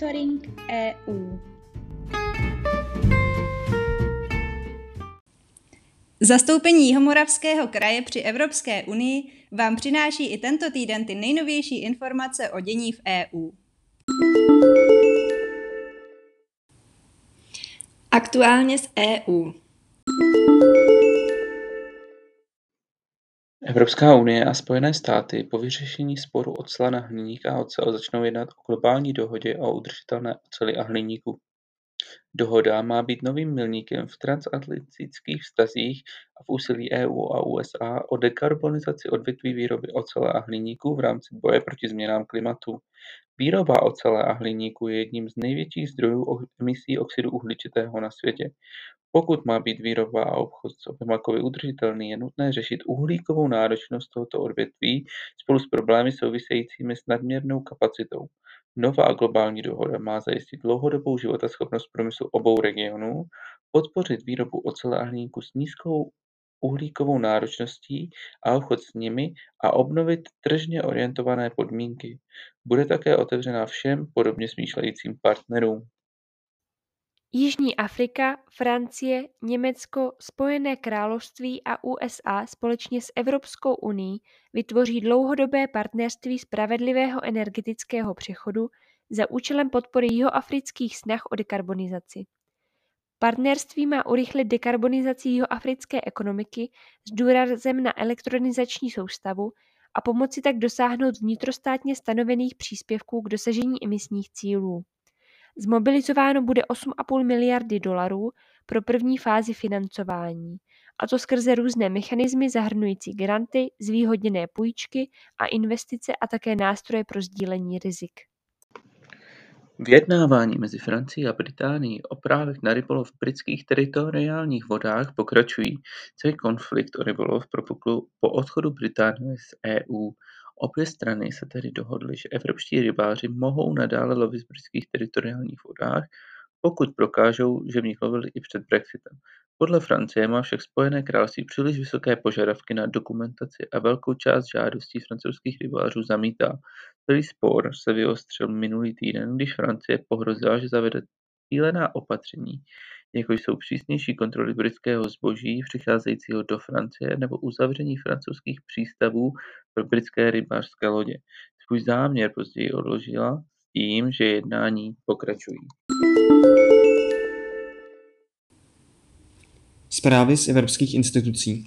Monitoring EU. Zastoupení Jihomoravského kraje při Evropské unii vám přináší i tento týden ty nejnovější informace o dění v EU. Aktuálně z EU. Evropská unie a Spojené státy po vyřešení sporu ocela na hliník a ocel začnou jednat o globální dohodě o udržitelné oceli a hliníku. Dohoda má být novým milníkem v transatlantických vztazích a v úsilí EU a USA o dekarbonizaci odvětví výroby ocele a hliníku v rámci boje proti změnám klimatu. Výroba ocele a hliníku je jedním z největších zdrojů emisí oxidu uhličitého na světě. Pokud má být výroba a obchod s oběma udržitelný, je nutné řešit uhlíkovou náročnost tohoto odvětví spolu s problémy souvisejícími s nadměrnou kapacitou. Nová globální dohoda má zajistit dlouhodobou životaschopnost průmyslu obou regionů, podpořit výrobu ocele a hliníku s nízkou uhlíkovou náročností a obchod s nimi a obnovit tržně orientované podmínky. Bude také otevřena všem podobně smýšlejícím partnerům. Jižní Afrika, Francie, Německo, Spojené království a USA společně s Evropskou unií vytvoří dlouhodobé partnerství spravedlivého energetického přechodu za účelem podpory jihoafrických snah o dekarbonizaci. Partnerství má urychlit dekarbonizaci jihoafrické ekonomiky s důrazem na elektronizační soustavu a pomoci tak dosáhnout vnitrostátně stanovených příspěvků k dosažení emisních cílů. Zmobilizováno bude 8,5 miliardy dolarů pro první fázi financování, a to skrze různé mechanismy zahrnující granty, zvýhodněné půjčky a investice a také nástroje pro sdílení rizik. Vyjednávání mezi Francií a Británií o právech na rybolov v britských teritoriálních vodách pokračují. Celý konflikt o rybolov propukl po odchodu Británie z EU. Obě strany se tedy dohodly, že evropští rybáři mohou nadále lovit v britských teritoriálních vodách, pokud prokážou, že v nich lovili i před Brexitem. Podle Francie má však Spojené království příliš vysoké požadavky na dokumentaci a velkou část žádostí francouzských rybářů zamítá. Celý spor se vyostřil minulý týden, když Francie pohrozila, že zavede cílená opatření, jako jsou přísnější kontroly britského zboží přicházejícího do Francie nebo uzavření francouzských přístavů pro britské rybářské lodě. Svůj záměr později odložila s tím, že jednání pokračují. Zprávy z evropských institucí.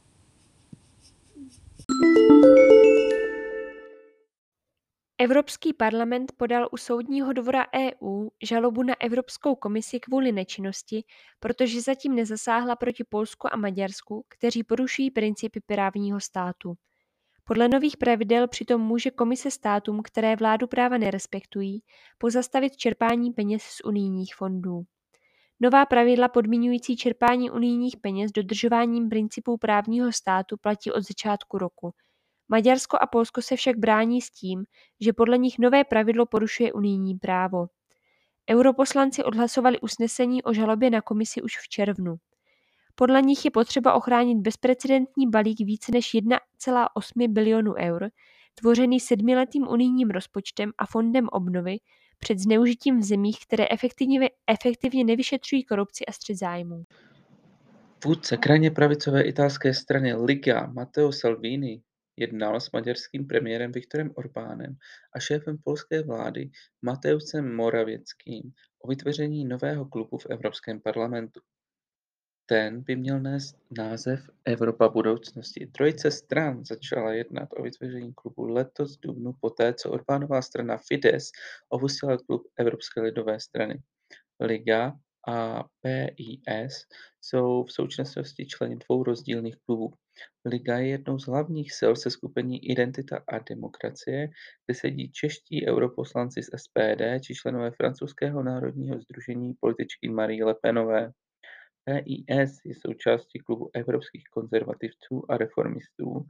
Evropský parlament podal u Soudního dvora EU žalobu na Evropskou komisi kvůli nečinnosti, protože zatím nezasáhla proti Polsku a Maďarsku, kteří porušují principy právního státu. Podle nových pravidel přitom může komise státům, které vládu práva nerespektují, pozastavit čerpání peněz z unijních fondů. Nová pravidla podmiňující čerpání unijních peněz dodržováním principů právního státu platí od začátku roku. Maďarsko a Polsko se však brání s tím, že podle nich nové pravidlo porušuje unijní právo. Europoslanci odhlasovali usnesení o žalobě na komisi už v červnu. Podle nich je potřeba ochránit bezprecedentní balík více než 1,8 bilionu eur, tvořený 7letým unijním rozpočtem a fondem obnovy, před zneužitím v zemích, které efektivně nevyšetřují korupci a střet zájmů. Vůdce krajně pravicové italské strany Liga Matteo Salvini jednal s maďarským premiérem Viktorem Orbánem a šéfem polské vlády Mateuszem Morawieckým o vytvoření nového klubu v Evropském parlamentu. Ten by měl nést název Evropa budoucnosti. Trojice stran začala jednat o vytvoření klubu letos v dubnu poté, co Orbánova strana Fidesz opustila klub Evropské lidové strany. Liga a PIS jsou v současnosti členy dvou rozdílných klubů. Liga je jednou z hlavních sil seskupení Identita a demokracie, kde sedí čeští europoslanci z SPD či členové francouzského národního sdružení političky Marie Le Penové. PIS je součástí klubu evropských konzervativců a reformistů,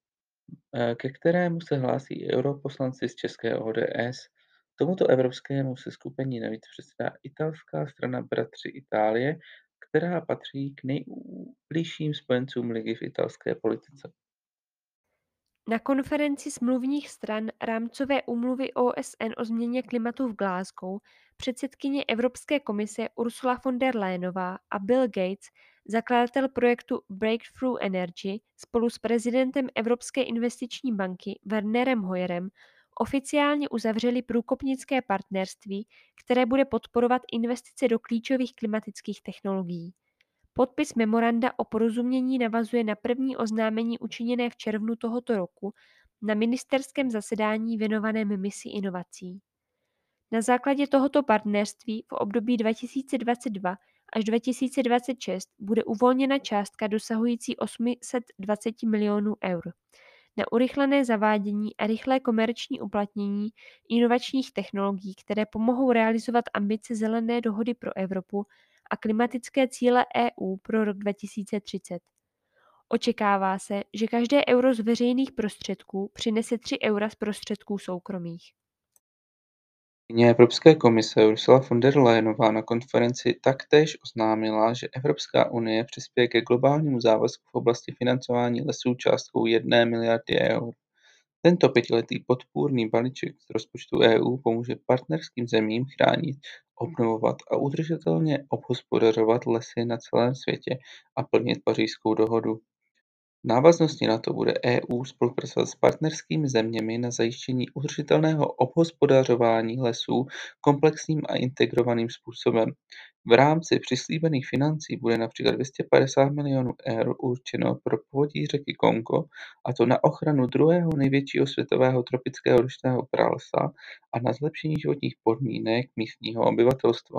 ke kterému se hlásí i europoslanci z české ODS. Tomuto evropskému seskupení navíc předsedá italská strana Bratři Itálie, která patří k nejbližším spojencům ligy v italské politice. Na konferenci smluvních stran rámcové úmluvy OSN o změně klimatu v Glasgow předsedkyně Evropské komise Ursula von der Leyenová a Bill Gates, zakladatel projektu Breakthrough Energy, spolu s prezidentem Evropské investiční banky Wernerem Hoyerem oficiálně uzavřeli průkopnické partnerství, které bude podporovat investice do klíčových klimatických technologií. Podpis memoranda o porozumění navazuje na první oznámení učiněné v červnu tohoto roku na ministerském zasedání věnovaném misi inovací. Na základě tohoto partnerství v období 2022 až 2026 bude uvolněna částka dosahující 820 milionů eur na urychlené zavádění a rychlé komerční uplatnění inovačních technologií, které pomohou realizovat ambice Zelené dohody pro Evropu a klimatické cíle EU pro rok 2030. Očekává se, že každé euro z veřejných prostředků přinese 3 eura z prostředků soukromých. Předsedkyně Evropské komise Ursula von der Leyenová na konferenci taktéž oznámila, že Evropská unie přispěje ke globálnímu závazku v oblasti financování lesů částkou 1 miliardy eur. Tento 5letý podpůrný balíček z rozpočtu EU pomůže partnerským zemím chránit, obnovovat a udržitelně obhospodařovat lesy na celém světě a plnit Pařížskou dohodu. V návaznosti na to bude EU spolupracovat s partnerskými zeměmi na zajištění udržitelného obhospodařování lesů komplexním a integrovaným způsobem. V rámci přislíbených financí bude například 250 milionů eur určeno pro povodí řeky Kongo, a to na ochranu druhého největšího světového tropického deštného pralesa a na zlepšení životních podmínek místního obyvatelstva.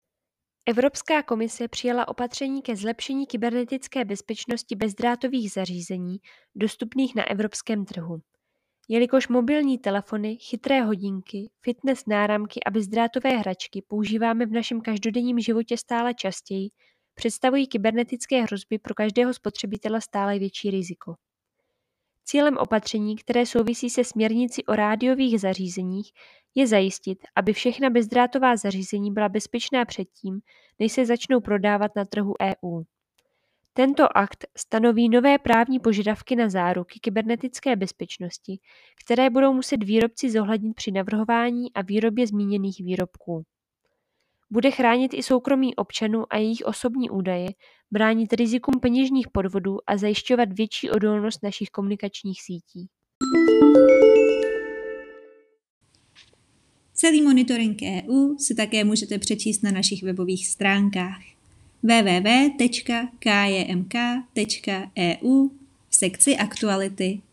Evropská komise přijala opatření ke zlepšení kybernetické bezpečnosti bezdrátových zařízení dostupných na evropském trhu. Jelikož mobilní telefony, chytré hodinky, fitness náramky a bezdrátové hračky používáme v našem každodenním životě stále častěji, představují kybernetické hrozby pro každého spotřebitele stále větší riziko. Cílem opatření, které souvisí se směrnicí o rádiových zařízeních, je zajistit, aby všechna bezdrátová zařízení byla bezpečná předtím, než se začnou prodávat na trhu EU. Tento akt stanoví nové právní požadavky na záruky kybernetické bezpečnosti, které budou muset výrobci zohlednit při navrhování a výrobě zmíněných výrobků. Bude chránit i soukromí občanů a jejich osobní údaje, bránit rizikům peněžních podvodů a zajišťovat větší odolnost našich komunikačních sítí. Celý monitoring EU si také můžete přečíst na našich webových stránkách www.kjmk.eu v sekci Aktuality.